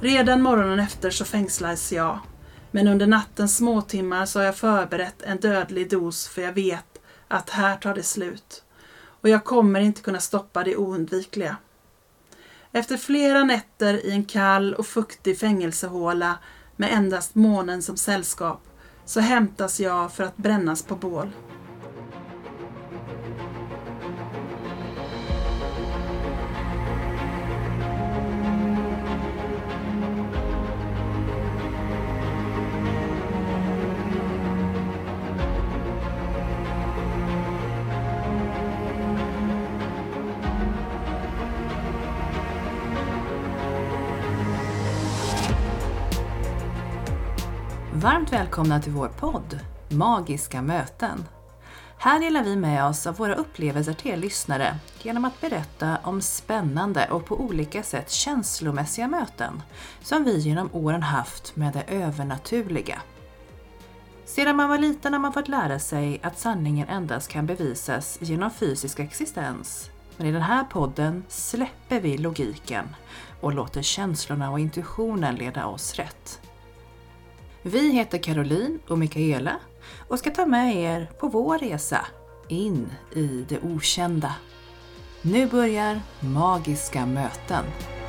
Redan morgonen efter så fängslas jag. Men under nattens småtimmar så har jag förberett en dödlig dos, för jag vet att här tar det slut. Och jag kommer inte kunna stoppa det oundvikliga. Efter flera nätter i en kall och fuktig fängelsehåla med endast månen som sällskap så hämtas jag för att brännas på bål. Varmt välkomna till vår podd, Magiska möten. Här delar vi med oss av våra upplevelser till er lyssnare genom att berätta om spännande och på olika sätt känslomässiga möten som vi genom åren haft med det övernaturliga. Sedan man var liten har man fått lära sig att sanningen endast kan bevisas genom fysisk existens. Men i den här podden släpper vi logiken och låter känslorna och intuitionen leda oss rätt. Vi heter Caroline och Mikaela och ska ta med er på vår resa in i det okända. Nu börjar Magiska möten.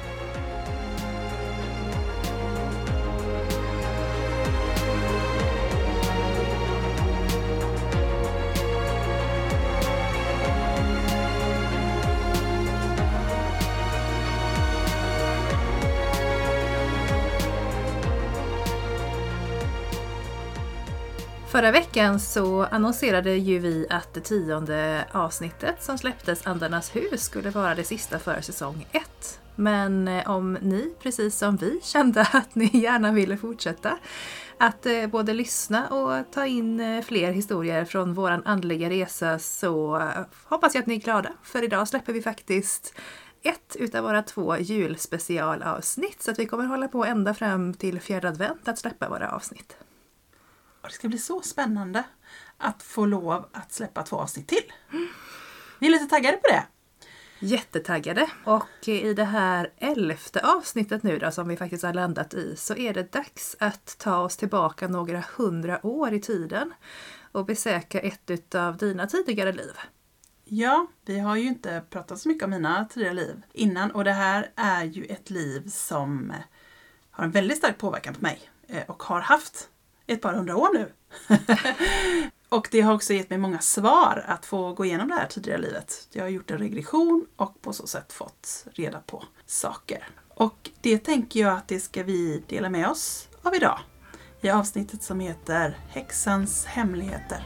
Förra veckan så annonserade ju vi att det 10:e avsnittet som släpptes, Andarnas hus, skulle vara det sista för säsong 1. Men om ni, precis som vi, kände att ni gärna ville fortsätta att både lyssna och ta in fler historier från våran andliga resa, så hoppas jag att ni är glada. För idag släpper vi faktiskt 1 utav våra 2 julspecialavsnitt, så att vi kommer hålla på ända fram till 4:e advent att släppa våra avsnitt. Och det ska bli så spännande att få lov att släppa 2 avsnitt till. Vi är lite taggade på det. Jättetaggade. Och i det här 11:e avsnittet nu då, som vi faktiskt har landat i, så är det dags att ta oss tillbaka några 100 år i tiden och besöka ett av dina tidigare liv. Ja, vi har ju inte pratat så mycket om mina tidigare liv innan, och det här är ju ett liv som har en väldigt stark påverkan på mig och har haft ett par 100 år nu. Och det har också gett mig många svar att få gå igenom det här tidigare livet. Jag har gjort en regression och på så sätt fått reda på saker. Och det tänker jag att det ska vi dela med oss av idag i avsnittet som heter Häxans hemligheter.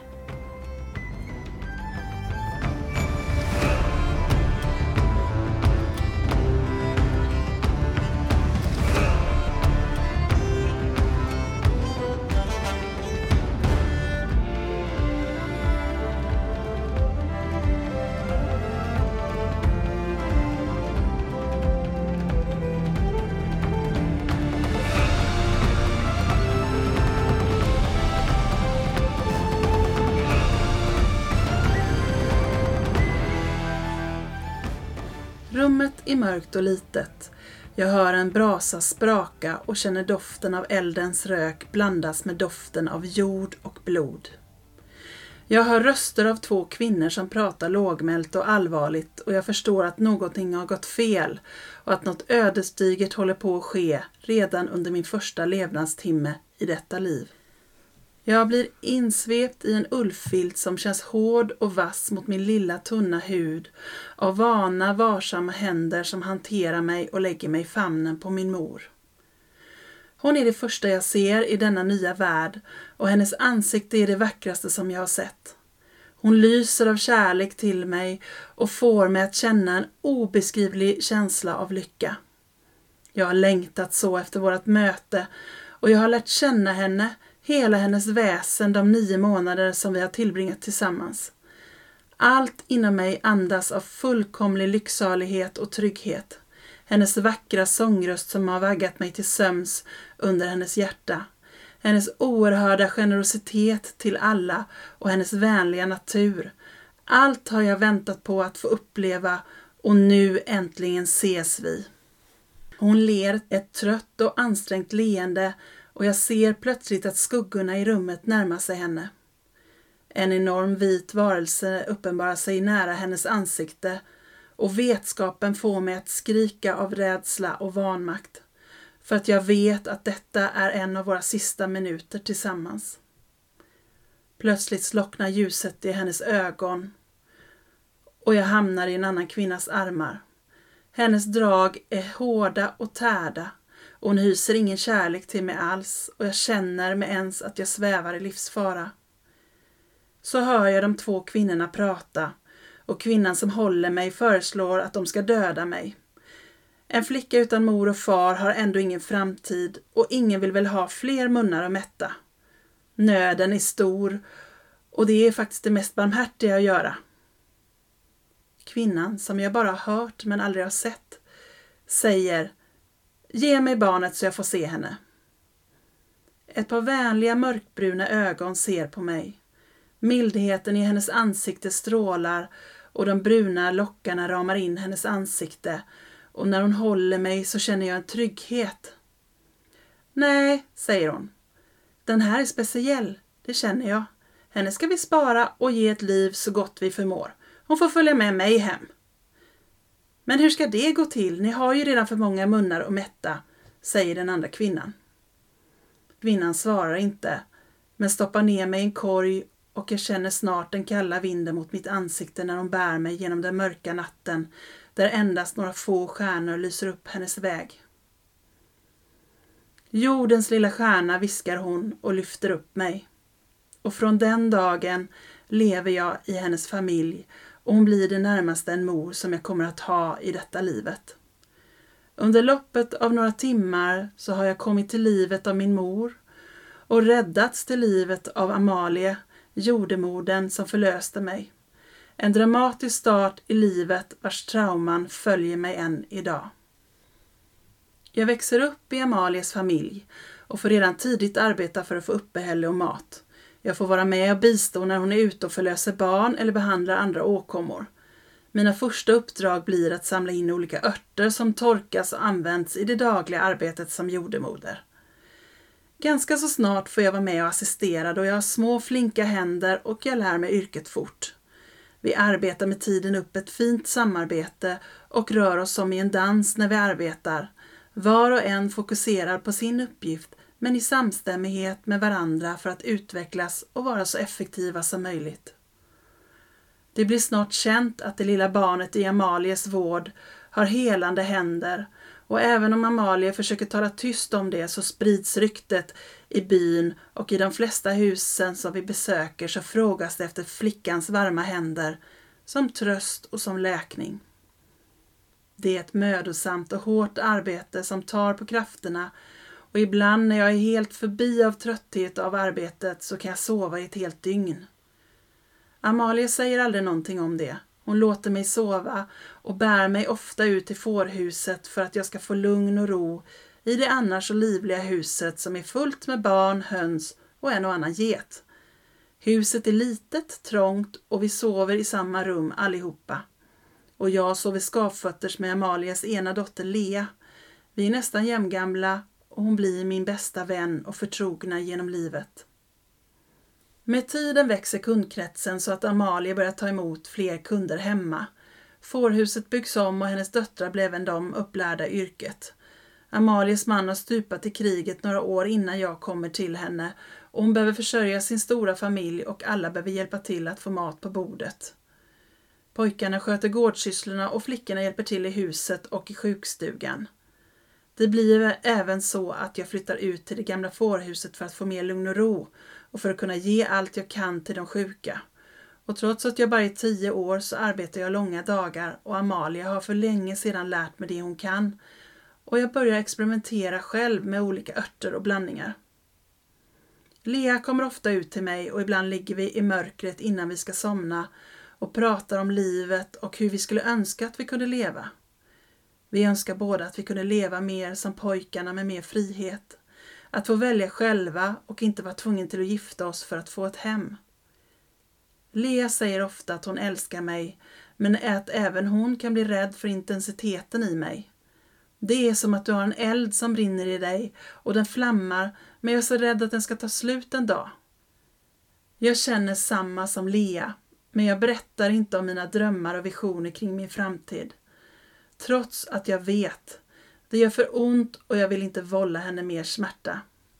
Rummet är mörkt och litet. Jag hör en brasa spraka och känner doften av eldens rök blandas med doften av jord och blod. Jag hör röster av 2 kvinnor som pratar lågmält och allvarligt, och jag förstår att någonting har gått fel och att något ödesdigert håller på att ske redan under min första levnadstimme i detta liv. Jag blir insvept i en ullfilt som känns hård och vass mot min lilla tunna hud, av vana varsamma händer som hanterar mig och lägger mig i famnen på min mor. Hon är det första jag ser i denna nya värld, och hennes ansikte är det vackraste som jag har sett. Hon lyser av kärlek till mig och får mig att känna en obeskrivlig känsla av lycka. Jag har längtat så efter vårt möte, och jag har lärt känna henne, hela hennes väsen, de 9 månader som vi har tillbringat tillsammans. Allt inom mig andas av fullkomlig lycksalighet och trygghet. Hennes vackra sångröst som har vaggat mig till sömns under hennes hjärta. Hennes oerhörda generositet till alla och hennes vänliga natur. Allt har jag väntat på att få uppleva, och nu äntligen ses vi. Hon ler ett trött och ansträngt leende och jag ser plötsligt att skuggorna i rummet närmar sig henne. En enorm vit varelse uppenbarar sig nära hennes ansikte och vetskapen får mig att skrika av rädsla och vanmakt. För att jag vet att detta är en av våra sista minuter tillsammans. Plötsligt slocknar ljuset i hennes ögon och jag hamnar i en annan kvinnas armar. Hennes drag är hårda och tärda och hon hyser ingen kärlek till mig alls och jag känner med ens att jag svävar i livsfara. Så hör jag de två kvinnorna prata och kvinnan som håller mig föreslår att de ska döda mig. En flicka utan mor och far har ändå ingen framtid och ingen vill väl ha fler munnar att mätta. Nöden är stor och det är faktiskt det mest barmhärtiga att göra. Kvinnan, som jag bara har hört men aldrig har sett, säger: ge mig barnet så jag får se henne. Ett par vänliga mörkbruna ögon ser på mig. Mildheten i hennes ansikte strålar och de bruna lockarna ramar in hennes ansikte och när hon håller mig så känner jag en trygghet. Nej, säger hon. Den här är speciell, det känner jag. Henne ska vi spara och ge ett liv så gott vi förmår. Hon får följa med mig hem. Men hur ska det gå till? Ni har ju redan för många munnar att mätta, säger den andra kvinnan. Kvinnan svarar inte, men stoppar ner mig i en korg och jag känner snart den kalla vinden mot mitt ansikte när hon bär mig genom den mörka natten där endast några få stjärnor lyser upp hennes väg. Jordens lilla stjärna, viskar hon och lyfter upp mig. Och från den dagen lever jag i hennes familj och hon blir det närmaste en mor som jag kommer att ha i detta livet. Under loppet av några timmar så har jag kommit till livet av min mor och räddats till livet av Amalie, jordemodern som förlöste mig. En dramatisk start i livet vars trauman följer mig än idag. Jag växer upp i Amalies familj och får redan tidigt arbeta för att få uppehälle och mat. Jag får vara med och bistå när hon är ute och förlöser barn eller behandlar andra åkommor. Mina första uppdrag blir att samla in olika örter som torkas och används i det dagliga arbetet som jordemoder. Ganska så snart får jag vara med och assistera då jag har små flinka händer och jag lär mig yrket fort. Vi arbetar med tiden upp ett fint samarbete och rör oss som i en dans när vi arbetar. Var och en fokuserar på sin uppgift men i samstämmighet med varandra för att utvecklas och vara så effektiva som möjligt. Det blir snart känt att det lilla barnet i Amalies vård har helande händer och även om Amalie försöker tala tyst om det så sprids ryktet i byn och i de flesta husen som vi besöker så frågas det efter flickans varma händer som tröst och som läkning. Det är ett mödosamt och hårt arbete som tar på krafterna och ibland när jag är helt förbi av trötthet av arbetet så kan jag sova i ett helt dygn. Amalie säger aldrig någonting om det. Hon låter mig sova och bär mig ofta ut till fårhuset för att jag ska få lugn och ro i det annars så livliga huset som är fullt med barn, höns och en och annan get. Huset är litet, trångt och vi sover i samma rum allihopa. Och jag sover skavfötters med Amalies ena dotter Lea. Vi är nästan jämngamla och hon blir min bästa vän och förtrogna genom livet. Med tiden växer kundkretsen så att Amalie börjar ta emot fler kunder hemma. Fårhuset byggs om och hennes döttrar blev även de upplärda yrket. Amalies man har stupat i kriget några år innan jag kommer till henne och hon behöver försörja sin stora familj och alla behöver hjälpa till att få mat på bordet. Pojkarna sköter gårdssysslorna och flickorna hjälper till i huset och i sjukstugan. Det blir även så att jag flyttar ut till det gamla fårhuset för att få mer lugn och ro och för att kunna ge allt jag kan till de sjuka. Och trots att jag bara är 10 år så arbetar jag långa dagar och Amalie har för länge sedan lärt mig det hon kan. Och jag börjar experimentera själv med olika örter och blandningar. Lea kommer ofta ut till mig och ibland ligger vi i mörkret innan vi ska somna och pratar om livet och hur vi skulle önska att vi kunde leva. Vi önskar båda att vi kunde leva mer som pojkarna med mer frihet. Att få välja själva och inte vara tvungen till att gifta oss för att få ett hem. Lea säger ofta att hon älskar mig men att även hon kan bli rädd för intensiteten i mig. Det är som att du har en eld som brinner i dig och den flammar, men jag är så rädd att den ska ta slut en dag. Jag känner samma som Lea, men jag berättar inte om mina drömmar och visioner kring min framtid. Trots att jag vet, det gör för ont och jag vill inte vålla henne mer smärta.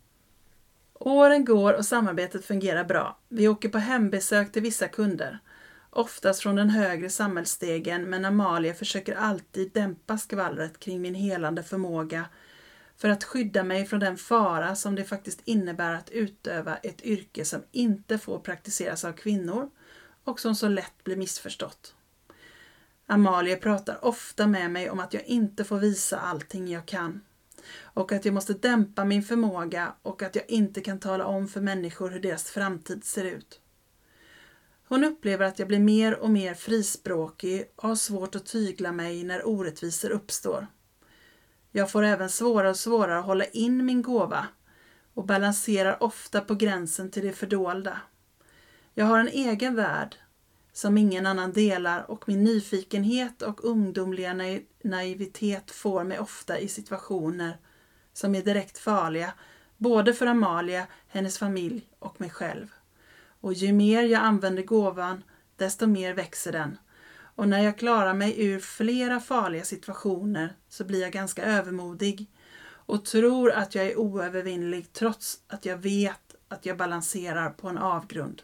Åren går och samarbetet fungerar bra. Vi åker på hembesök till vissa kunder. Oftast från den högre samhällsstegen, men Amalia försöker alltid dämpa skvallret kring min helande förmåga för att skydda mig från den fara som det faktiskt innebär att utöva ett yrke som inte får praktiseras av kvinnor och som så lätt blir missförstått. Amalia pratar ofta med mig om att jag inte får visa allting jag kan och att jag måste dämpa min förmåga och att jag inte kan tala om för människor hur deras framtid ser ut. Hon upplever att jag blir mer och mer frispråkig och har svårt att tygla mig när orättvisor uppstår. Jag får även svårare och svårare att hålla in min gåva och balanserar ofta på gränsen till det fördolda. Jag har en egen värld som ingen annan delar och min nyfikenhet och ungdomliga naivitet får mig ofta i situationer som är direkt farliga både för Amalia, hennes familj och mig själv. Och ju mer jag använder gåvan, desto mer växer den. Och när jag klarar mig ur flera farliga situationer så blir jag ganska övermodig och tror att jag är oövervinnlig trots att jag vet att jag balanserar på en avgrund.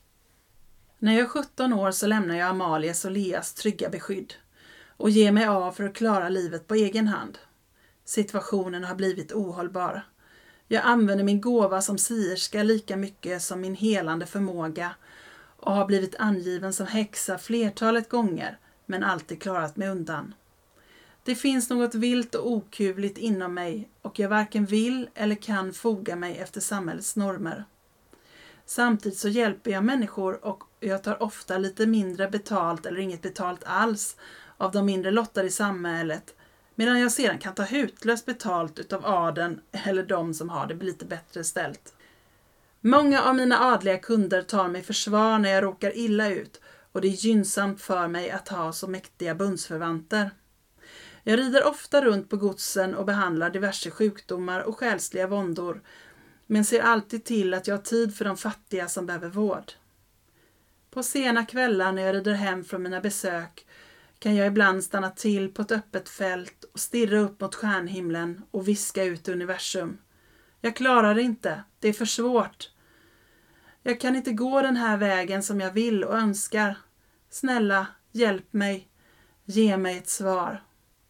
När jag är 17 år så lämnar jag Amalias och Leas trygga beskydd och ger mig av för att klara livet på egen hand. Situationen har blivit ohållbar. Jag använder min gåva som sierska lika mycket som min helande förmåga och har blivit angiven som häxa flertalet gånger men alltid klarat mig undan. Det finns något vilt och okuvligt inom mig och jag varken vill eller kan foga mig efter samhällets normer. Samtidigt så hjälper jag människor och jag tar ofta lite mindre betalt eller inget betalt alls av de mindre lottade i samhället, medan jag sedan kan ta hutlöst betalt utav adeln eller de som har det lite bättre ställt. Många av mina adliga kunder tar mig försvar när jag råkar illa ut och det är gynnsamt för mig att ha så mäktiga bundsförvanter. Jag rider ofta runt på godsen och behandlar diverse sjukdomar och själsliga våndor, men ser alltid till att jag har tid för de fattiga som behöver vård. På sena kvällar när jag rider hem från mina besök kan jag ibland stanna till på ett öppet fält och stirra upp mot stjärnhimlen och viska ut i universum. Jag klarar det inte, det är för svårt. Jag kan inte gå den här vägen som jag vill och önskar. Snälla, hjälp mig, ge mig ett svar.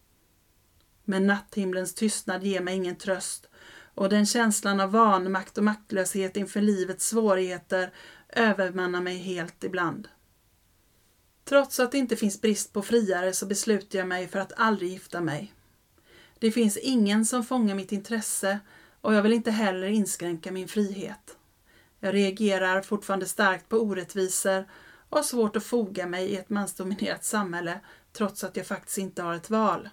Men natthimlens tystnad ger mig ingen tröst och den känslan av vanmakt och maktlöshet inför livets svårigheter övermannar mig helt ibland. Trots att det inte finns brist på friare så beslutar jag mig för att aldrig gifta mig. Det finns ingen som fångar mitt intresse och jag vill inte heller inskränka min frihet. Jag reagerar fortfarande starkt på orättvisor och har svårt att foga mig i ett mansdominerat samhälle trots att jag faktiskt inte har ett val.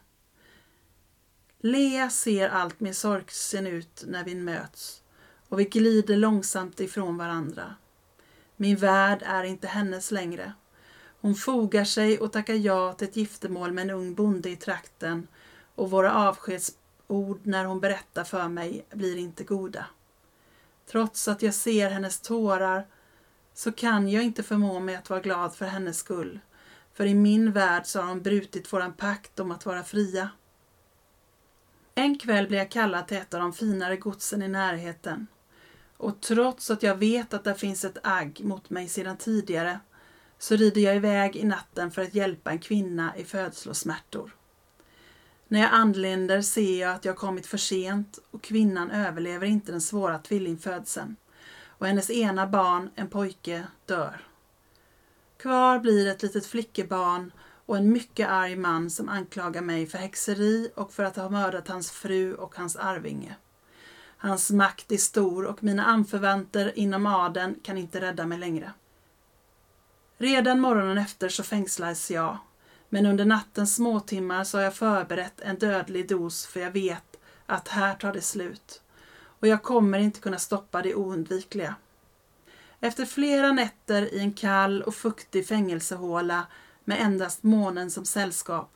Lea ser allt mer sorgsen ut när vi möts och vi glider långsamt ifrån varandra. Min värld är inte hennes längre. Hon fogar sig och tackar ja till ett giftermål med en ung bonde i trakten och våra avskedsord när hon berättar för mig blir inte goda. Trots att jag ser hennes tårar så kan jag inte förmå mig att vara glad för hennes skull. För i min värld så har hon brutit våran pakt om att vara fria. En kväll blir jag kallad till ett av de finare godsen i närheten. Och trots att jag vet att det finns ett agg mot mig sedan tidigare så rider jag iväg i natten för att hjälpa en kvinna i födslosmärtor. När jag anländer ser jag att jag kommit för sent och kvinnan överlever inte den svåra tvillingfödseln och hennes ena barn, en pojke, dör. Kvar blir ett litet flickebarn och en mycket arg man som anklagar mig för häxeri och för att ha mördat hans fru och hans arvinge. Hans makt är stor och mina anförvanter inom adeln kan inte rädda mig längre. Redan morgonen efter så fängslas jag, men under nattens småtimmar så har jag förberett en dödlig dos för jag vet att här tar det slut och jag kommer inte kunna stoppa det oundvikliga. Efter flera nätter i en kall och fuktig fängelsehåla med endast månen som sällskap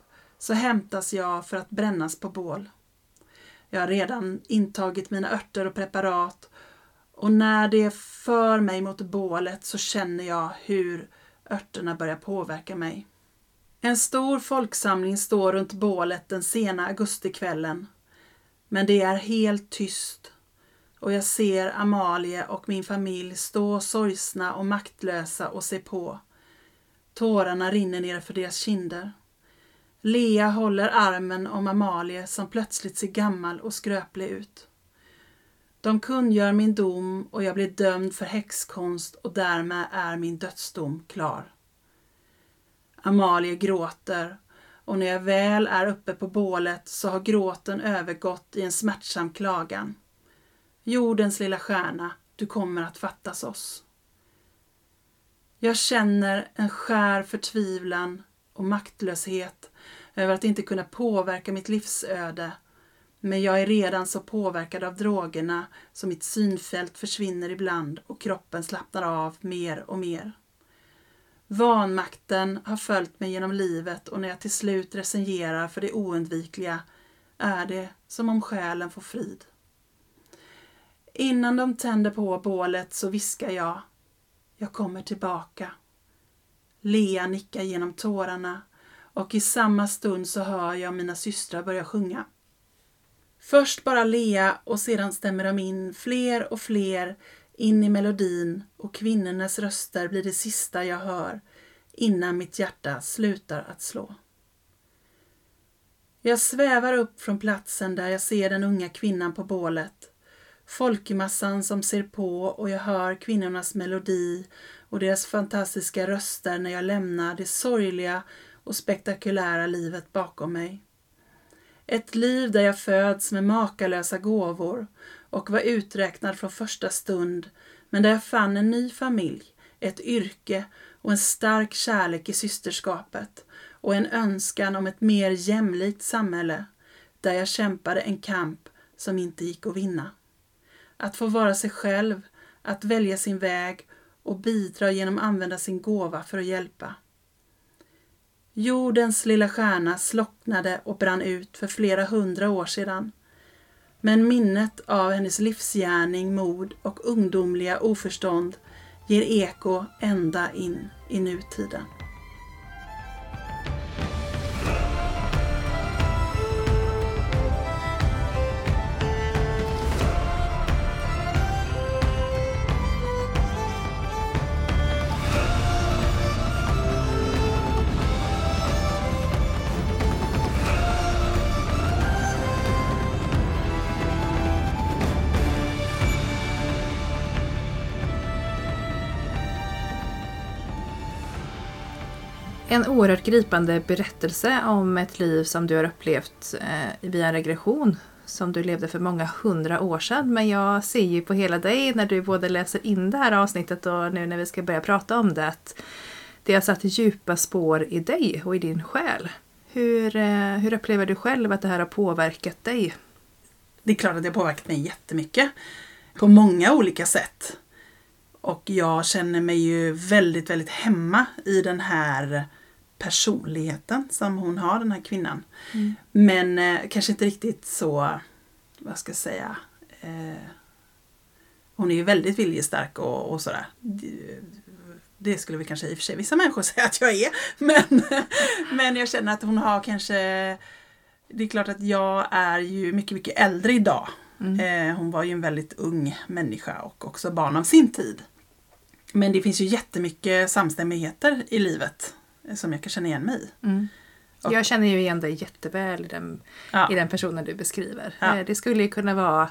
så hämtas jag för att brännas på bål. Jag har redan intagit mina örter och preparat, och när det för mig mot bålet så känner jag hur örterna börjar påverka mig. En stor folksamling står runt bålet den sena augustikvällen, men det är helt tyst, och jag ser Amalie och min familj stå sorgsna och maktlösa och se på. Tårarna rinner ner för deras kinder. Lea håller armen om Amalie som plötsligt ser gammal och skröplig ut. De kungör min dom och jag blir dömd för häxkonst, och därmed är min dödsdom klar. Amalie gråter, och när jag väl är uppe på bålet så har gråten övergått i en smärtsam klagan. Jordens lilla stjärna, du kommer att fattas oss. Jag känner en skär förtvivlan och maktlöshet över att inte kunna påverka mitt livsöde, men jag är redan så påverkad av drogerna så mitt synfält försvinner ibland och kroppen slappnar av mer och mer. Vanmakten har följt mig genom livet, och när jag till slut resignerar för det oundvikliga är det som om själen får frid. Innan de tänder på bålet så viskar jag kommer tillbaka. Lea nickar genom tårarna, och i samma stund så hör jag mina systrar börja sjunga. Först bara Lea, och sedan stämmer de in fler och fler in i melodin, och kvinnornas röster blir det sista jag hör innan mitt hjärta slutar att slå. Jag svävar upp från platsen där jag ser den unga kvinnan på bålet. Folkmassan som ser på, och jag hör kvinnornas melodi och deras fantastiska röster när jag lämnar det sorgliga och spektakulära livet bakom mig. Ett liv där jag föds med makalösa gåvor och var uträknad från första stund, men där jag fann en ny familj, ett yrke och en stark kärlek i systerskapet, och en önskan om ett mer jämlikt samhälle där jag kämpade en kamp som inte gick att vinna. Att få vara sig själv, att välja sin väg och bidra genom att använda sin gåva för att hjälpa. Jordens lilla stjärna slocknade och brann ut för flera 100 år sedan. Men minnet av hennes livsgärning, mod och ungdomliga oförstånd ger eko ända in i nutiden. En oerhört gripande berättelse om ett liv som du har upplevt via en regression som du levde för många 100 år sedan. Men jag ser ju på hela dig när du både läser in det här avsnittet och nu när vi ska börja prata om det, att det har satt djupa spår i dig och i din själ. Hur upplever du själv att det här har påverkat dig? Det är klart att det har påverkat mig jättemycket på många olika sätt. Och jag känner mig ju väldigt, väldigt hemma i den här personligheten som hon har, den här kvinnan. Mm. Men kanske inte riktigt så, vad ska jag säga, hon är ju väldigt viljestark och sådär. Det skulle vi kanske i och för sig vissa människor säga att jag är. Men jag känner att hon har kanske, det är klart att jag är ju mycket, mycket äldre idag. Mm. Hon var ju en väldigt ung människa och också barn av sin tid. Men det finns ju jättemycket samstämmigheter i livet som jag kan känna igen mig i. Mm. Jag känner ju igen dig jätteväl i den personen du beskriver. Ja. Det skulle ju kunna vara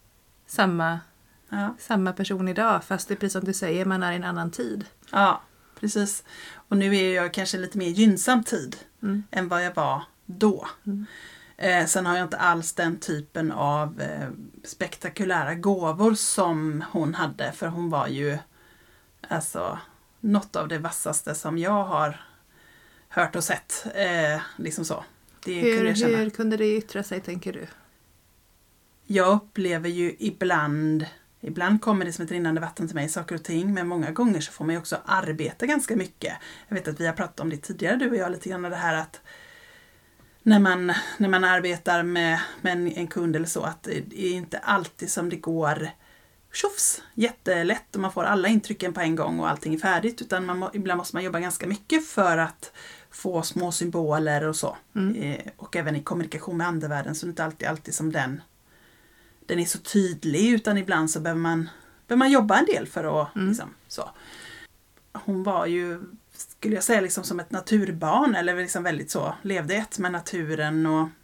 samma person idag, fast det är precis som du säger, man är i en annan tid. Ja, precis. Och nu är jag kanske lite mer gynnsam tid än vad jag var då. Mm. Sen har jag inte alls den typen av spektakulära gåvor som hon hade, för hon var ju alltså något av det vassaste som jag har hört och sett. Liksom så. Hur kunde det yttra sig, tänker du? Jag upplever ju ibland kommer det som ett rinnande vatten till mig, saker och ting, men många gånger så får man ju också arbeta ganska mycket. Jag vet att vi har pratat om det tidigare, du och jag, lite grann det här när man arbetar med en kund eller så, att det är inte alltid som det går tjofs, jättelätt och man får alla intrycken på en gång och allting är färdigt, utan ibland måste man jobba ganska mycket för att få små symboler och så. Och även i kommunikation med andevärlden så är det inte alltid som den är så tydlig, utan ibland så behöver man jobba en del för att liksom, så. Hon var ju, skulle jag säga, liksom som ett naturbarn, eller liksom väldigt så, levde ett med naturen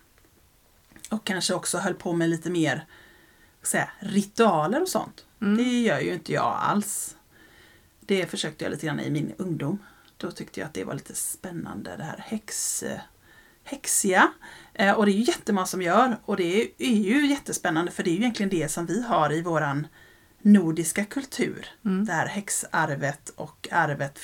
och kanske också höll på med lite mer ritualer och sånt. Det gör ju inte jag alls. Det försökte jag lite grann i min ungdom. Då tyckte jag att det var lite spännande, det här häxiga. Och det är ju jättemånga som gör, och det är ju jättespännande, för det är ju egentligen det som vi har i våran nordiska kultur. Det här häxarvet och arvet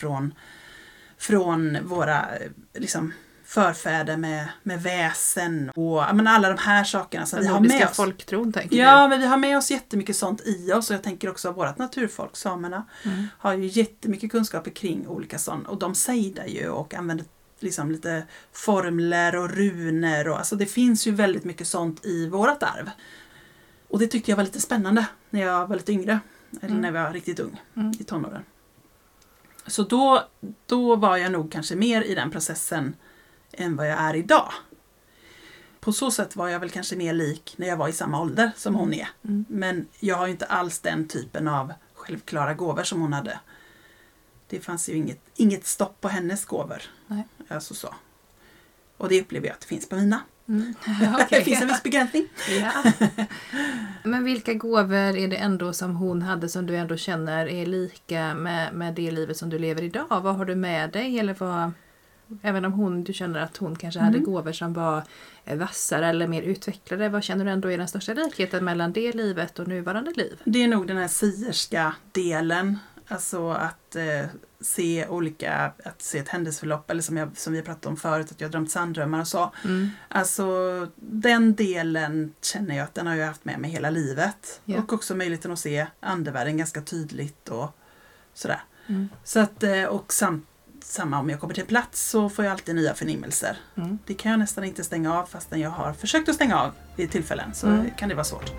från våra liksom förfäder med väsen och alla de här sakerna som vi har med oss. Folktron, tänker Ja, men vi har med oss jättemycket sånt i oss, och jag tänker också att vårt naturfolk, samerna, har ju jättemycket kunskaper kring olika sånt, och de sejdar ju och använder liksom lite formler och runer, och alltså det finns ju väldigt mycket sånt i vårat arv. Och det tyckte jag var lite spännande när jag var lite yngre, eller när jag var riktigt ung i tonåren. Så då var jag nog kanske mer i den processen än vad jag är idag. På så sätt var jag väl kanske mer lik när jag var i samma ålder som hon är. Men jag har ju inte alls den typen av självklara gåvor som hon hade. Det fanns ju inget stopp på hennes gåvor. Nej. Alltså så. Och det upplever jag att det finns på mina. Okay. Det finns en viss begränsning. Ja. Men vilka gåvor är det ändå som hon hade som du ändå känner är lika med det livet som du lever idag? Vad har du med dig? Eller även om du känner att hon kanske hade gåvor som var vassare eller mer utvecklade, vad känner du ändå är den största likheten mellan det livet och nuvarande liv? Det är nog den här sierska delen. Alltså att se ett händelseförlopp, eller som vi pratade om förut, att jag har drömt sanddrömmar och så. Alltså den delen känner jag att den har jag haft med mig hela livet. Ja. Och också möjligheten att se andevärlden ganska tydligt och sådär. Så att, och samma om jag kommer till plats så får jag alltid nya förnimmelser. Det kan jag nästan inte stänga av, fastän jag har försökt att stänga av vid tillfällen, så kan det vara svårt.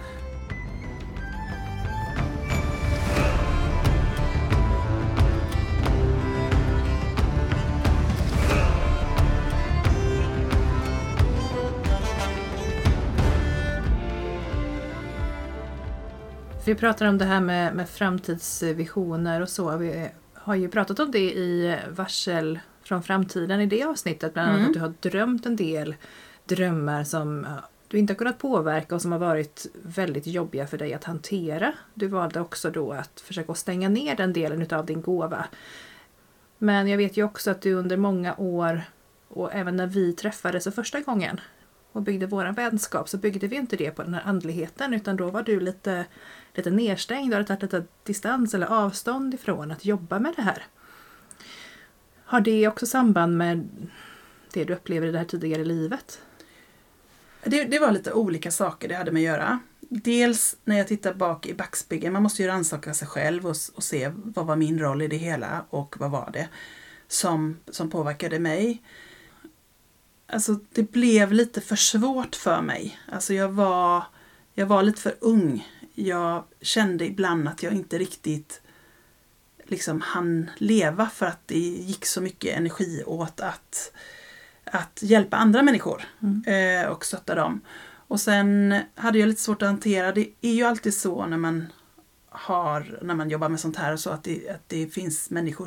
Vi pratar om det här med framtidsvisioner och så. Vi har ju pratat om det i Varsel från framtiden i det avsnittet. Bland annat att du har drömt en del drömmar som du inte har kunnat påverka och som har varit väldigt jobbiga för dig att hantera. Du valde också då att försöka stänga ner den delen av din gåva. Men jag vet ju också att du under många år, och även när vi träffades för första gången och byggde våran vänskap, så byggde vi inte det på den här andligheten, utan då var du lite nedstängd. Du hade tagit lite distans eller avstånd ifrån att jobba med det här. Har det också samband med det du upplever i det här tidigare livet? Det var lite olika saker det hade med att göra. Dels när jag tittar bak i backspegeln, man måste ju rannsaka sig själv och se vad var min roll i det hela och vad var det som påverkade mig. Alltså det blev lite för svårt för mig. Alltså jag var lite för ung. Jag kände ibland att jag inte riktigt liksom hann leva, för att det gick så mycket energi åt att hjälpa andra människor och stötta dem. Och sen hade jag lite svårt att hantera, det är ju alltid så när man jobbar med sånt här och så, att det finns människor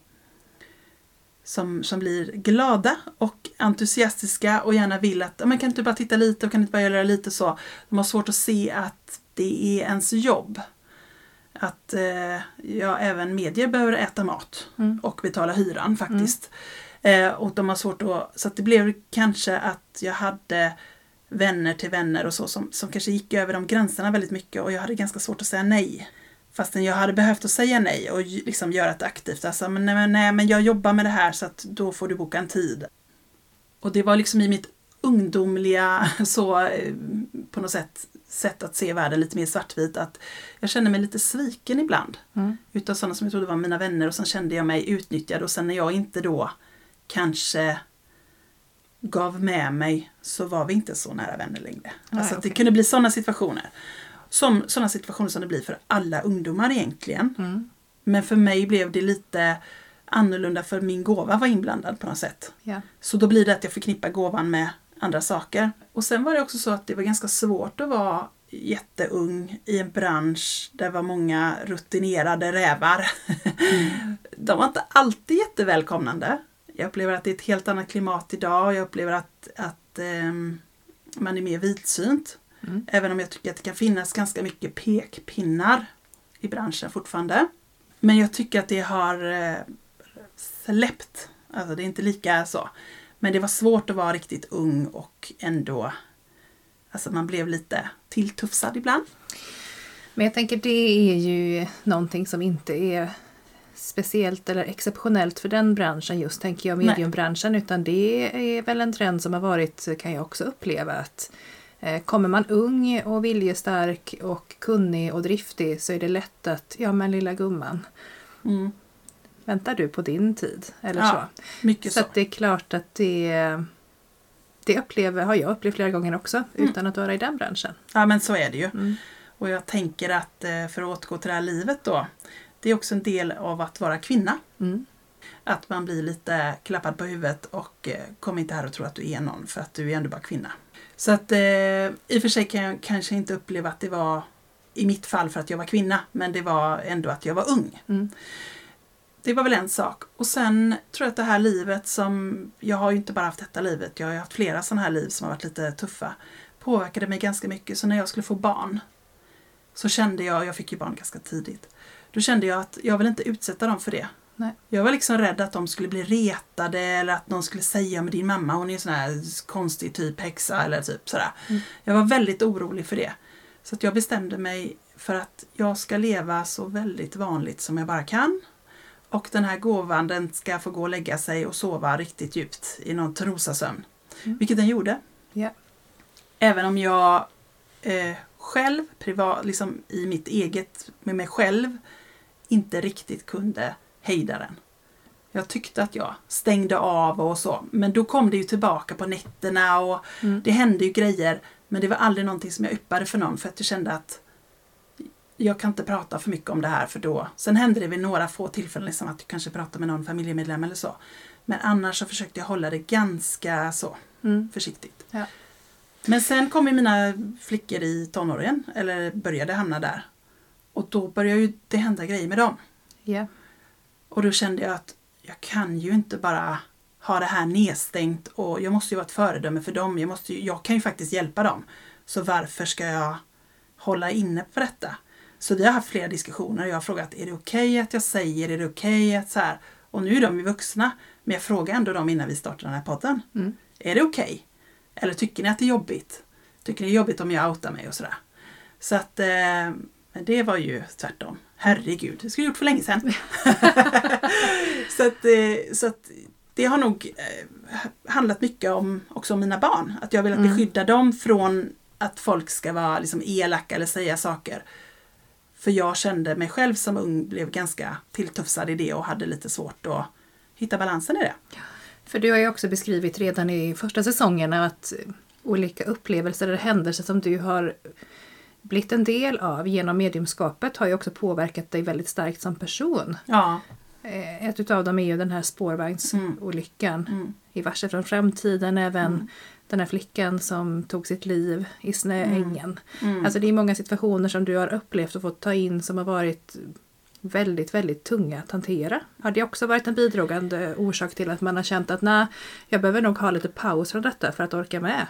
som blir glada och entusiastiska och gärna vill att kan du inte bara titta lite och kan du inte bara göra lite så. De har svårt att se att det är ens jobb. Att även medier behöver äta mat och betala hyran faktiskt. Och de har svårt så att det blev kanske att jag hade vänner till vänner och så som kanske gick över de gränserna väldigt mycket, och jag hade ganska svårt att säga nej. Fastän jag hade behövt att säga nej och liksom göra ett aktivt. Alltså, men jag jobbar med det här, så att då får du boka en tid. Och det var liksom i mitt ungdomliga så på något sätt att se världen lite mer svartvit, att jag kände mig lite sviken ibland. Utav sådana som jag trodde var mina vänner, och sen kände jag mig utnyttjad, och sen när jag inte då kanske gav med mig så var vi inte så nära vänner längre. Nej, alltså att det okej. kunde bli sådana situationer. Sådana situationer som det blir för alla ungdomar egentligen. Mm. Men för mig blev det lite annorlunda för min gåva var inblandad på något sätt. Ja. Så då blir det att jag förknippar gåvan med andra saker. Och sen var det också så att det var ganska svårt att vara jätteung i en bransch där det var många rutinerade rävar. De var inte alltid jättevälkomnande. Jag upplever att det är ett helt annat klimat idag. Jag upplever att man är mer vidsynt. Mm. Även om jag tycker att det kan finnas ganska mycket pekpinnar i branschen fortfarande. Men jag tycker att det har släppt. Alltså det är inte lika så. Men det var svårt att vara riktigt ung och ändå... Alltså man blev lite tilltufsad ibland. Men jag tänker det är ju någonting som inte är speciellt eller exceptionellt för den branschen just, tänker jag, mediumbranschen, utan det är väl en trend som har varit, kan jag också uppleva, att kommer man ung och viljestark och kunnig och driftig så är det lätt att, ja men lilla gumman, väntar du på din tid? Eller Ja, så. mycket Så att det är klart att det har jag upplevt flera gånger också, utan att vara i den branschen. Ja, men så är det ju. Mm. Och jag tänker att för att återgå till det här livet då, det är också en del av att vara kvinna. Mm. Att man blir lite klappad på huvudet och kom inte här och tro att du är någon, för att du är ändå bara kvinna. Så att i och för sig kan jag kanske inte uppleva att det var i mitt fall för att jag var kvinna, men det var ändå att jag var ung. Mm. Det var väl en sak. Och sen tror jag att det här livet som, jag har ju inte bara haft detta livet, jag har ju haft flera sådana här liv som har varit lite tuffa, påverkade mig ganska mycket. Så när jag skulle få barn så kände jag fick ju barn ganska tidigt, då kände jag att jag vill inte utsätta dem för det. Nej. Jag var liksom rädd att de skulle bli retade eller att någon skulle säga med din mamma, hon är en sån här konstig typ häxa eller typ sådär. Mm. Jag var väldigt orolig för det. Så att jag bestämde mig för att jag ska leva så väldigt vanligt som jag bara kan. Och den här gåvan, den ska få gå och lägga sig och sova riktigt djupt i någon trosasömn. Mm. Vilket den gjorde. Ja. Även om jag själv, privat, liksom i mitt eget, med mig själv, inte riktigt kunde hejda den. Jag tyckte att jag stängde av och så. Men då kom det ju tillbaka på nätterna och det hände ju grejer. Men det var aldrig någonting som jag yppade för någon, för att jag kände att jag kan inte prata för mycket om det här, för då. Sen hände det vid några få tillfällen liksom att jag kanske pratade med någon familjemedlem eller så. Men annars så försökte jag hålla det ganska så försiktigt. Ja. Men sen kom ju mina flickor i tonåren, eller började hamna där. Och då började ju det hända grejer med dem. Ja. Och då kände jag att jag kan ju inte bara ha det här nedstängt och jag måste ju vara ett föredöme för dem. Jag kan ju faktiskt hjälpa dem. Så varför ska jag hålla inne på detta? Så vi har haft flera diskussioner och jag har frågat, är det okej att jag säger, är det okej att så här? Och nu är de ju vuxna, men jag frågar ändå dem innan vi startar den här podden. Mm. Är det okej? Eller tycker ni att det är jobbigt? Tycker ni det är jobbigt om jag outar mig och sådär? Så att men det var ju tvärtom. Herregud, det skulle jag gjort för länge sedan. så att det har nog handlat mycket om också om mina barn. Att jag vill beskydda dem från att folk ska vara liksom elaka eller säga saker. För jag kände mig själv som ung, blev ganska tilltufsad i det och hade lite svårt att hitta balansen i det. För du har ju också beskrivit redan i första säsongen att olika upplevelser eller händelser som du har blivit en del av genom mediumskapet har ju också påverkat dig väldigt starkt som person. Ja. Ett utav dem är ju den här spårvagnsolyckan i Varse från framtiden, även den här flickan som tog sitt liv i snöängen. Alltså det är många situationer som du har upplevt och fått ta in som har varit väldigt, väldigt tunga att hantera. Har det också varit en bidragande orsak till att man har känt att nej, jag behöver nog ha lite paus från detta för att orka med?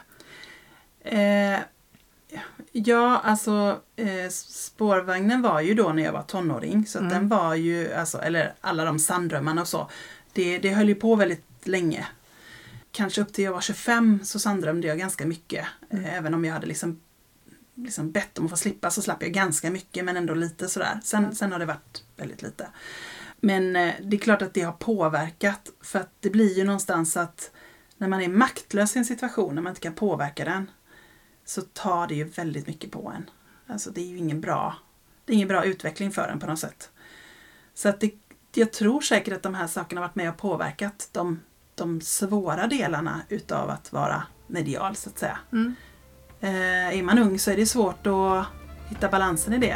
Ja, alltså spårvagnen var ju då när jag var tonåring, så att den var ju, alltså, eller alla de sanddrömmarna och så, det höll ju på väldigt länge. Kanske upp till jag var 25 så sanddrömde jag ganska mycket. Även om jag hade liksom bett om att få slippa, så slapp jag ganska mycket, men ändå lite sådär. Sen har det varit väldigt lite. Men det är klart att det har påverkat, för att det blir ju någonstans att när man är maktlös i en situation, när man inte kan påverka den, så tar det ju väldigt mycket på en. Alltså det är ju ingen bra utveckling för en på något sätt. Så att jag tror säkert att de här sakerna har varit med och påverkat de de svåra delarna utav att vara medial så att säga. Är man ung så är det svårt att hitta balansen i det.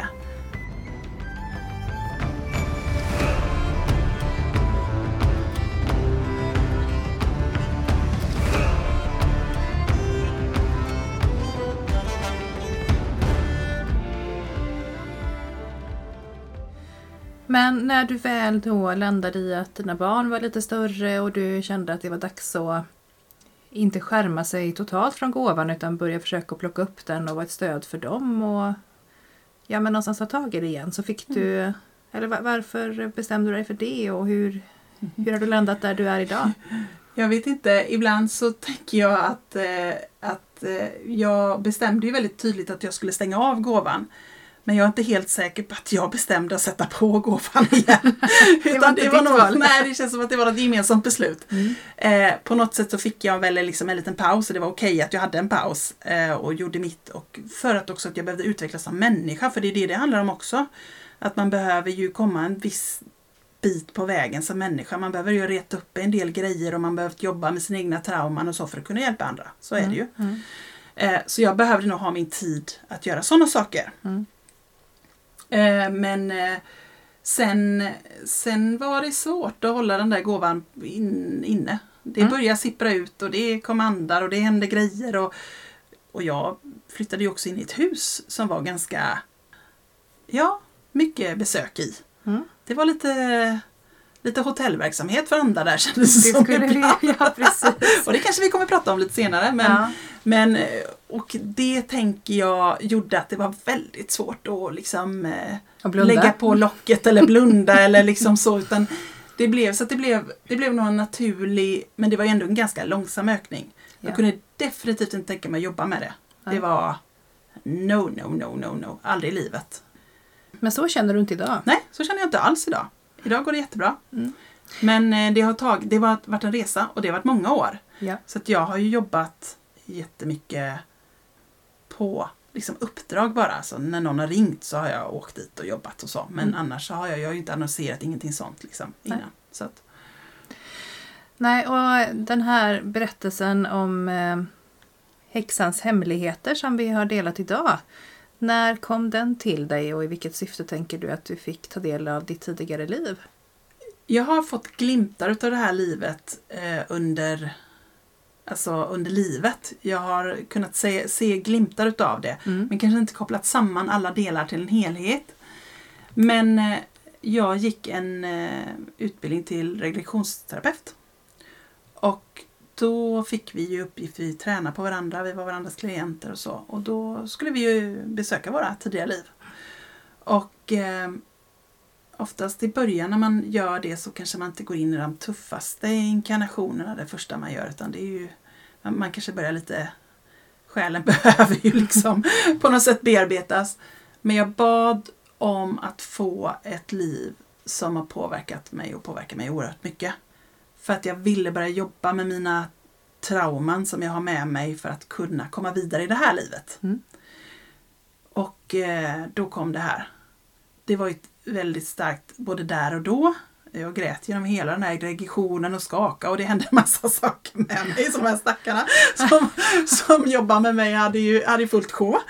Men när du väl då landade i att dina barn var lite större och du kände att det var dags att inte skärma sig totalt från gåvan utan börja försöka plocka upp den och vara ett stöd för dem och men någonstans ta tag i det igen, så fick du, eller varför bestämde du dig för det och hur har du landat där du är idag? Jag vet inte, ibland så tänker jag att jag bestämde ju väldigt tydligt att jag skulle stänga av gåvan. Men jag är inte helt säker på att jag bestämde att sätta på gåvan igen. Det känns som att det var ett gemensamt beslut. På något sätt så fick jag väl liksom en liten paus. Och det var okej att jag hade en paus och gjorde mitt. Och för att också att jag behövde utvecklas som människa. För det är det handlar om också. Att man behöver ju komma en viss bit på vägen som människa. Man behöver ju reta upp en del grejer. Och man behöver jobba med sina egna trauman och så för att kunna hjälpa andra. Så är det ju. Så jag behövde nog ha min tid att göra sådana saker. Men sen var det svårt att hålla den där gåvan inne. Det började sippra ut och det kom andar och det hände grejer. Och jag flyttade ju också in i ett hus som var ganska, mycket besök i. Det var lite hotellverksamhet för andra där kändes det som precis. Och det kanske vi kommer att prata om lite senare. Men och det tänker jag gjorde att det var väldigt svårt att liksom lägga på locket eller blunda eller liksom så, utan det blev nog en naturlig, men det var ändå en ganska långsam ökning. Jag kunde definitivt inte tänka mig att jobba med det. Det var no, aldrig i livet. Men så känner du inte idag? Nej, så känner jag inte alls idag. Idag går det jättebra. Men det har varit en resa och det har varit många år. Så att jag har ju jobbat jättemycket på liksom uppdrag bara. Alltså när någon har ringt så har jag åkt dit och jobbat och så. Men annars så har jag ju inte annonserat ingenting sånt liksom innan. Så att. Nej, och den här berättelsen om häxans hemligheter som vi har delat idag. När kom den till dig och i vilket syfte tänker du att du fick ta del av ditt tidigare liv? Jag har fått glimtar av det här livet under livet. Jag har kunnat se glimtar utav det. Men kanske inte kopplat samman alla delar till en helhet. Men jag gick en utbildning till regressionsterapeut. Och då fick vi ju uppgift, vi tränade på varandra, vi var varandras klienter och så. Och då skulle vi ju besöka våra tidigare liv. Och oftast i början när man gör det så kanske man inte går in i de tuffaste inkarnationerna det första man gör. Utan det är ju, man kanske börjar lite, själen behöver ju liksom på något sätt bearbetas. Men jag bad om att få ett liv som har påverkat mig och påverkar mig oerhört mycket. För att jag ville börja jobba med mina trauman som jag har med mig för att kunna komma vidare i det här livet. Och då kom det här. Det var ju väldigt starkt både där och då. Jag grät genom hela den här regressionen och skaka och det hände en massa saker med mig. Som de här stackarna som jobbar med mig hade fullt sjå.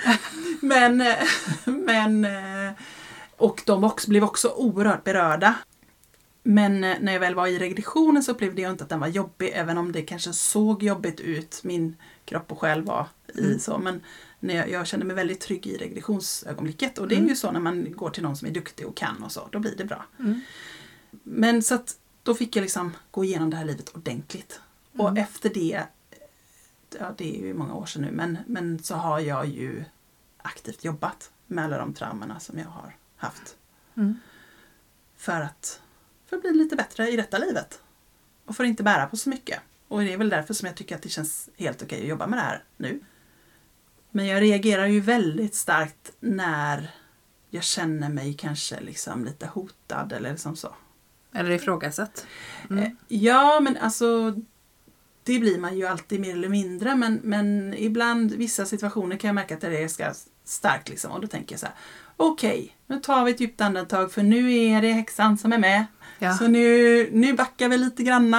Men och de blev också oerhört berörda. Men när jag väl var i regressionen så upplevde jag inte att den var jobbig. Även om det kanske såg jobbigt ut. Min kropp och själ var i så. Men när jag kände mig väldigt trygg i regressionsögonblicket. Och det är ju så när man går till någon som är duktig och kan och så. Då blir det bra. Men så att då fick jag liksom gå igenom det här livet ordentligt. Och efter det, det är ju många år sedan nu. Men så har jag ju aktivt jobbat med alla de traumorna som jag har haft. För att bli lite bättre i detta livet. Och för att inte bära på så mycket. Och det är väl därför som jag tycker att det känns helt okej att jobba med det här nu. Men jag reagerar ju väldigt starkt när jag känner mig kanske liksom lite hotad eller liksom så. Eller ifrågasatt. Ja, men alltså det blir man ju alltid mer eller mindre. Men ibland, vissa situationer kan jag märka att det är ganska starkt liksom. Och då tänker jag så här, okej, nu tar vi ett djupt andetag för nu är det häxan som är med. Ja. Så nu backar vi lite granna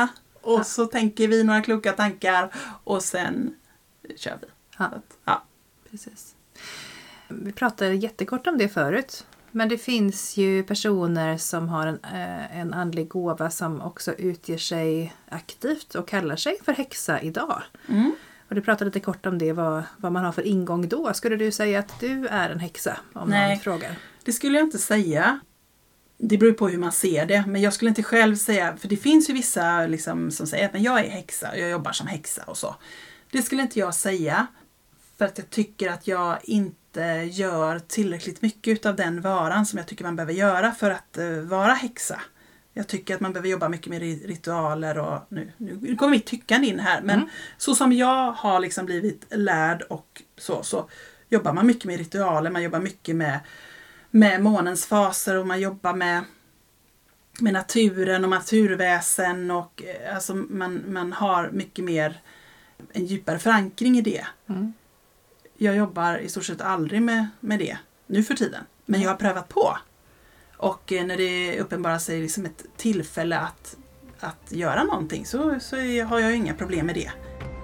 Och så tänker vi några kloka tankar och sen kör vi. Ja. Precis. Vi pratade jättekort om det förut. Men det finns ju personer som har en andlig gåva som också utger sig aktivt och kallar sig för häxa idag. Och du pratade lite kort om det, vad man har för ingång då. Skulle du säga att du är en häxa om någon frågar? Det skulle jag inte säga. Det beror på hur man ser det. Men jag skulle inte själv säga, för det finns ju vissa liksom, som säger att jag är häxa, jag jobbar som häxa och så. Det skulle inte jag säga. För att jag tycker att jag inte gör tillräckligt mycket av den varan som jag tycker man behöver göra för att vara häxa. Jag tycker att man behöver jobba mycket med ritualer och nu kommer mitt tyckande in här. Men så som jag har liksom blivit lärd och så jobbar man mycket med ritualer. Man jobbar mycket med månens faser och man jobbar med naturen och naturväsen. Och alltså man har mycket mer en djupare förankring i det. Jag jobbar i stort sett aldrig med det nu för tiden. Men jag har prövat på. Och när det uppenbarar sig liksom ett tillfälle att göra någonting så har jag inga problem med det.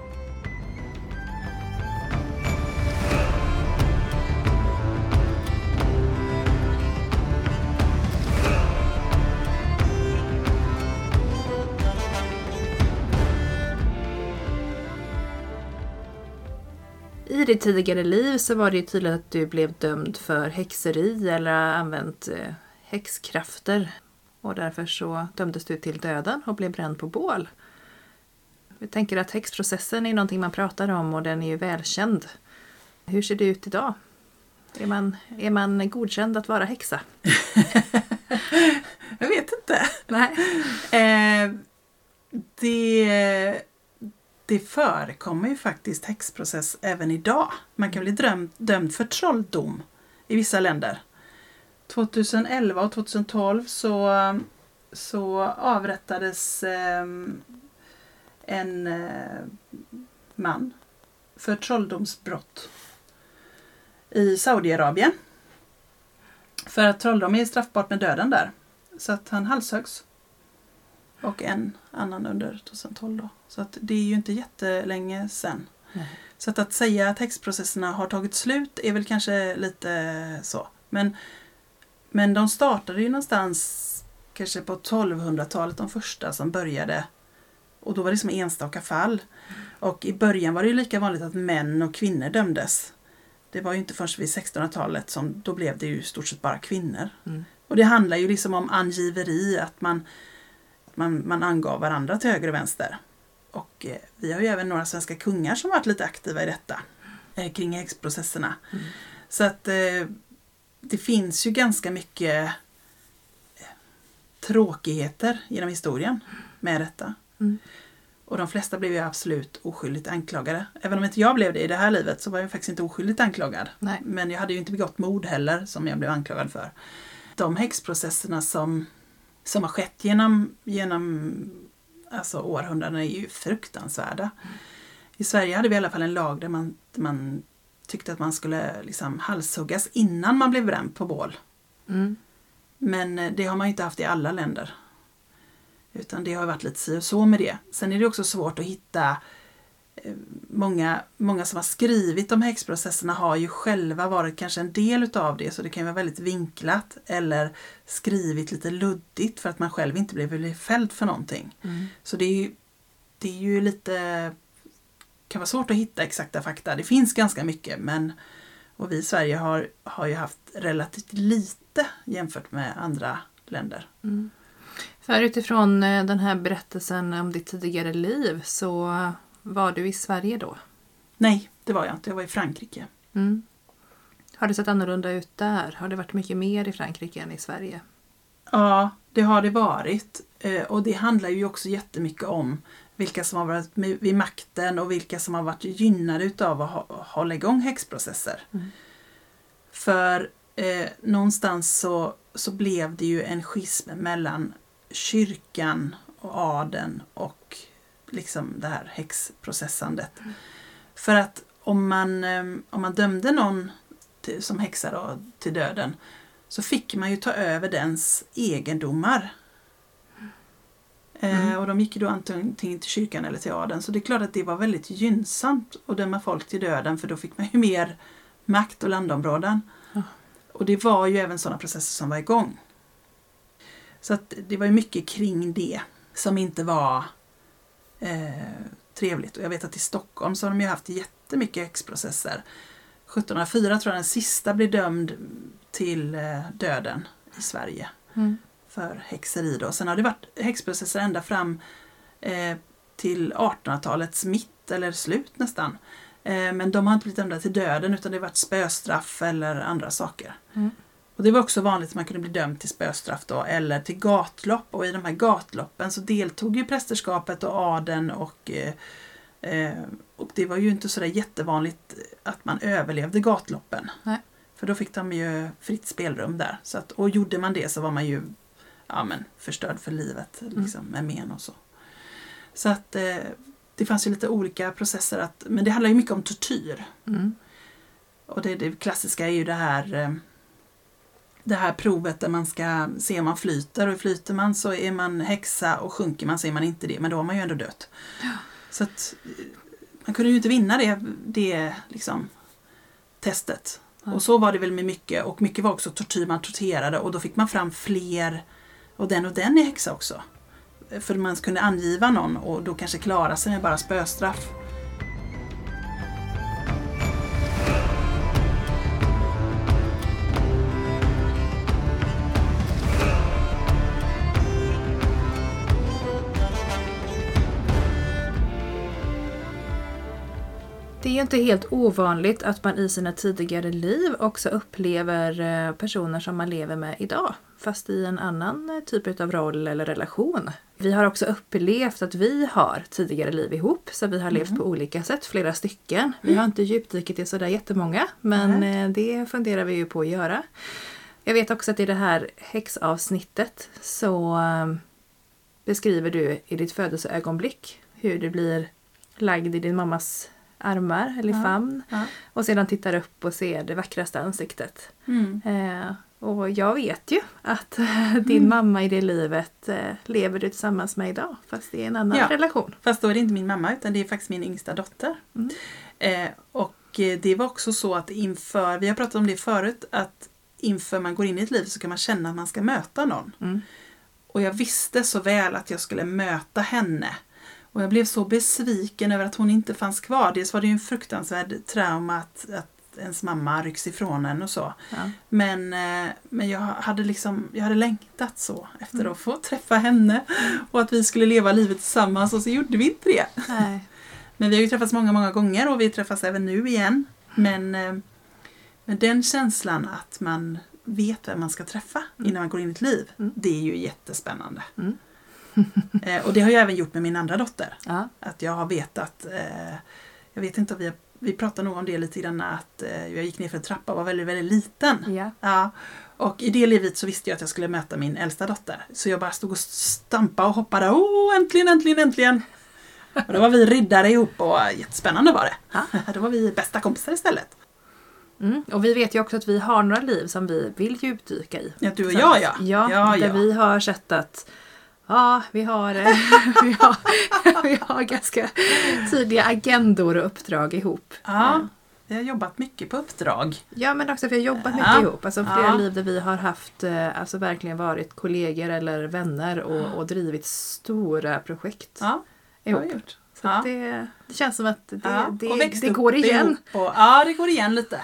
I ditt tidigare liv så var det ju tydligt att du blev dömd för häxeri eller använt häxkrafter. Och därför så dömdes du till döden och blev bränd på bål. Vi tänker att häxprocessen är någonting man pratar om och den är ju välkänd. Hur ser det ut idag? Är man godkänd att vara häxa? Jag vet inte. Nej. Det förekommer ju faktiskt häxprocess även idag. Man kan bli dömd för trolldom i vissa länder. 2011 och 2012 så avrättades en man för trolldomsbrott i Saudiarabien. För att trolldom är straffbart med döden där. Så att han halshögs. Och en annan under 2012 då. Så att det är ju inte jättelänge sedan. Nej. Så att säga att häxprocesserna har tagit slut är väl kanske lite så. Men de startade ju någonstans kanske på 1200-talet, de första som började. Och då var det som enstaka fall. Och i början var det ju lika vanligt att män och kvinnor dömdes. Det var ju inte först vid 1600-talet som då blev det ju stort sett bara kvinnor. Och det handlar ju liksom om angiveri, att man angav varandra till höger och vänster. Och vi har ju även några svenska kungar som varit lite aktiva i detta. Kring häxprocesserna. Så att det finns ju ganska mycket tråkigheter genom historien med detta. Och de flesta blev ju absolut oskyldigt anklagade. Även om inte jag blev det i det här livet så var jag faktiskt inte oskyldigt anklagad. Nej. Men jag hade ju inte begått mord heller som jag blev anklagad för. De häxprocesserna som har skett genom alltså århundraden är ju fruktansvärda. I Sverige hade vi i alla fall en lag där man tyckte att man skulle liksom halshuggas innan man blev bränd på bål. Men det har man ju inte haft i alla länder. Utan det har varit lite si och så med det. Sen är det också svårt att hitta många som har skrivit om häxprocesserna har ju själva varit kanske en del utav det. Så det kan ju vara väldigt vinklat eller skrivit lite luddigt för att man själv inte blev fälld för någonting. Så det är ju lite, kan vara svårt att hitta exakta fakta. Det finns ganska mycket och vi i Sverige har ju haft relativt lite jämfört med andra länder. För utifrån den här berättelsen om ditt tidigare liv så var du i Sverige då? Nej, det var jag inte. Jag var i Frankrike. Har det sett annorlunda ut där? Har det varit mycket mer i Frankrike än i Sverige? Ja, det har det varit. Och det handlar ju också jättemycket om vilka som har varit vid makten och vilka som har varit gynnade utav att hålla igång häxprocesser. För någonstans så blev det ju en schism mellan kyrkan och adeln och liksom det här häxprocessandet. För att om man dömde någon som häxa då, till döden så fick man ju ta över dens egendomar. Och de gick ju då antingen till kyrkan eller till adeln. Så det är klart att det var väldigt gynnsamt att döma folk till döden. För då fick man ju mer makt och landområden. Och det var ju även sådana processer som var igång. Så att det var ju mycket kring det som inte var trevligt. Och jag vet att i Stockholm så har de ju haft jättemycket häxprocesser. 1704 tror jag den sista blev dömd till döden i Sverige. För häxeri då. Sen har det varit häxprocesser ända fram till 1800-talets mitt eller slut nästan. Men de har inte blivit dömda till döden utan det har varit spöstraff eller andra saker. Och det var också vanligt att man kunde bli dömd till spöstraff då, eller till gatlopp. Och i de här gatloppen så deltog ju prästerskapet och adeln och det var ju inte sådär jättevanligt att man överlevde gatloppen. Nej. För då fick de ju fritt spelrum där. Så att, och gjorde man det så var man ju förstörd för livet liksom, med men och så. Så att det fanns ju lite olika processer. Men det handlar ju mycket om tortyr. Och det klassiska är ju det här provet där man ska se om man flyter. Och flyter man så är man häxa och sjunker man så är man inte det. Men då har man ju ändå dött. Ja. Så att man kunde ju inte vinna det liksom, testet. Ja. Och så var det väl med mycket. Och mycket var också tortyr, man torterade. Och då fick man fram fler. Och den är häxa också. För man kunde angiva någon och då kanske klara sig med bara spöstraff. Det är ju inte helt ovanligt att man i sina tidigare liv också upplever personer som man lever med idag. Fast i en annan typ av roll eller relation. Vi har också upplevt att vi har tidigare liv ihop. Så vi har levt på olika sätt, flera stycken. Vi har inte djupdyket i sådär jättemånga. Men det funderar vi ju på att göra. Jag vet också att i det här häxavsnittet så beskriver du i ditt födelseögonblick hur du blir lagd i din mammas armar eller famn. Och sedan tittar upp och ser det vackraste ansiktet. Och jag vet ju att din mamma i det livet lever du tillsammans med idag. Fast det är en annan relation. Fast då är det inte min mamma utan det är faktiskt min yngsta dotter. Och det var också så att inför, vi har pratat om det förut, att inför man går in i ett liv så kan man känna att man ska möta någon. Och jag visste så väl att jag skulle möta henne. Och jag blev så besviken över att hon inte fanns kvar. Dels var det ju en fruktansvärd trauma att ens mamma rycks ifrån en och så. Ja. Men jag hade längtat så efter att få träffa henne. Och att vi skulle leva livet tillsammans och så gjorde vi inte det. Nej. Men vi har ju träffats många, många gånger och vi träffas även nu igen. Men den känslan att man vet vem man ska träffa innan man går in i ett liv, det är ju jättespännande. Och det har jag även gjort med min andra dotter. Ja. Att jag har vetat, jag vet inte om vi pratade nog om det lite grann, att jag gick ner för en trappa och var väldigt, väldigt liten. Ja. Ja. Och i det livet så visste jag att jag skulle möta min äldsta dotter. Så jag bara stod och stampade och hoppade. Äntligen! Och då var vi riddare ihop och jättespännande var det. Ja. Då var vi bästa kompisar istället. Och vi vet ju också att vi har några liv som vi vill djupdyka i. Ja, du och jag, där vi har sett att vi har ganska tydliga agendor och uppdrag ihop. Ja, vi har jobbat mycket på uppdrag. Ja, men också vi har jobbat mycket ihop. Alltså flera liv där vi har haft, alltså verkligen varit kollegor eller vänner och drivit stora projekt ihop. Gjort. Så det känns som att det går igen. Det går igen lite.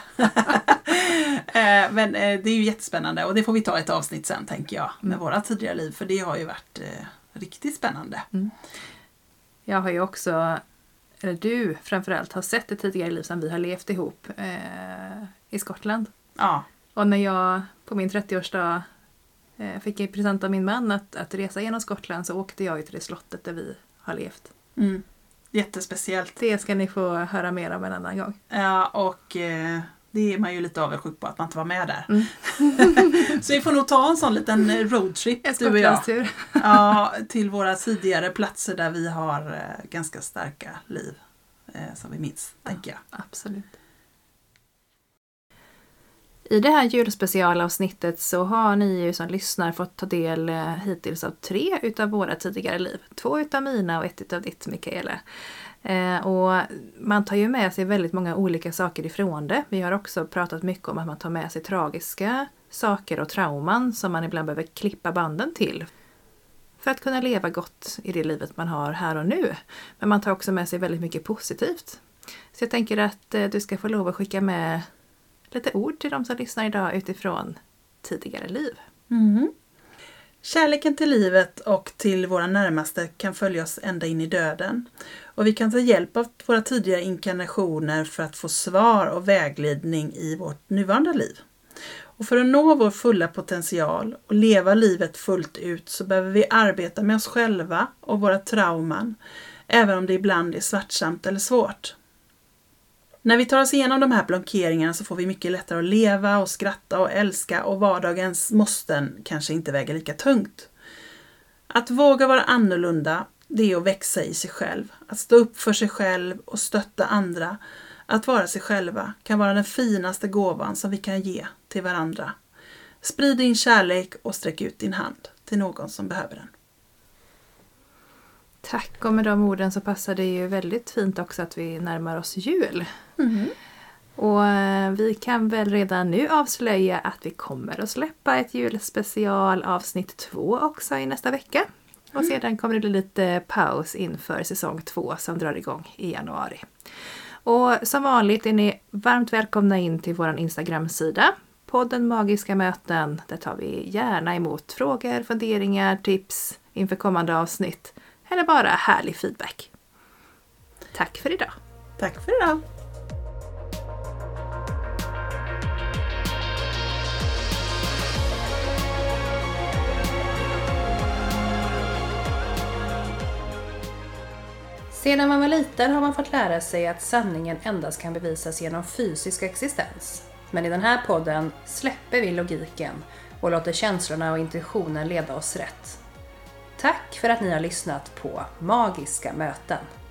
Men det är ju jättespännande och det får vi ta ett avsnitt sen, tänker jag, med våra tidigare liv, för det har ju varit riktigt spännande. Jag har ju också, eller du framförallt, har sett ett tidigare liv som vi har levt ihop i Skottland. Ja. Och när jag på min 30-årsdag fick i present av min man att resa genom Skottland, så åkte jag ju till det slottet där vi har levt. Jättespeciellt. Det ska ni få höra mer om en annan gång. Ja, och det är man ju lite avundsjuk på att man inte var med där. Så vi får nog ta en sån liten roadtrip, du och jag. Ja, till våra tidigare platser där vi har ganska starka liv som vi minns, tänker jag. Absolut. I det här julspecialavsnittet så har ni ju som lyssnar fått ta del hittills av 3 utav våra tidigare liv. 2 utav mina och 1 utav ditt, Mikaela. Och man tar ju med sig väldigt många olika saker ifrån det. Vi har också pratat mycket om att man tar med sig tragiska saker och trauman som man ibland behöver klippa banden till. För att kunna leva gott i det livet man har här och nu. Men man tar också med sig väldigt mycket positivt. Så jag tänker att du ska få lov att skicka med lite ord till de som lyssnar idag utifrån tidigare liv. Kärleken till livet och till våra närmaste kan följa oss ända in i döden. Och vi kan ta hjälp av våra tidigare inkarnationer för att få svar och vägledning i vårt nuvarande liv. Och för att nå vår fulla potential och leva livet fullt ut så behöver vi arbeta med oss själva och våra trauman, även om det ibland är smärtsamt eller svårt. När vi tar oss igenom de här blockeringarna så får vi mycket lättare att leva och skratta och älska och vardagens måsten kanske inte väger lika tungt. Att våga vara annorlunda, det är att växa i sig själv. Att stå upp för sig själv och stötta andra. Att vara sig själva kan vara den finaste gåvan som vi kan ge till varandra. Sprid din kärlek och sträck ut din hand till någon som behöver den. Tack, och med de orden så passar det ju väldigt fint också att vi närmar oss jul. Och vi kan väl redan nu avslöja att vi kommer att släppa ett julspecial avsnitt 2 också i nästa vecka. Och sedan kommer det bli lite paus inför säsong 2 som drar igång i januari. Och som vanligt är ni varmt välkomna in till vår Instagram-sida. Podden Magiska möten. Där tar vi gärna emot frågor, funderingar, tips inför kommande avsnitt. Eller bara härlig feedback. Tack för idag. Tack för idag. Sedan man var liten har man fått lära sig att sanningen endast kan bevisas genom fysisk existens. Men i den här podden släpper vi logiken och låter känslorna och intuitionen leda oss rätt. Tack för att ni har lyssnat på Magiska möten.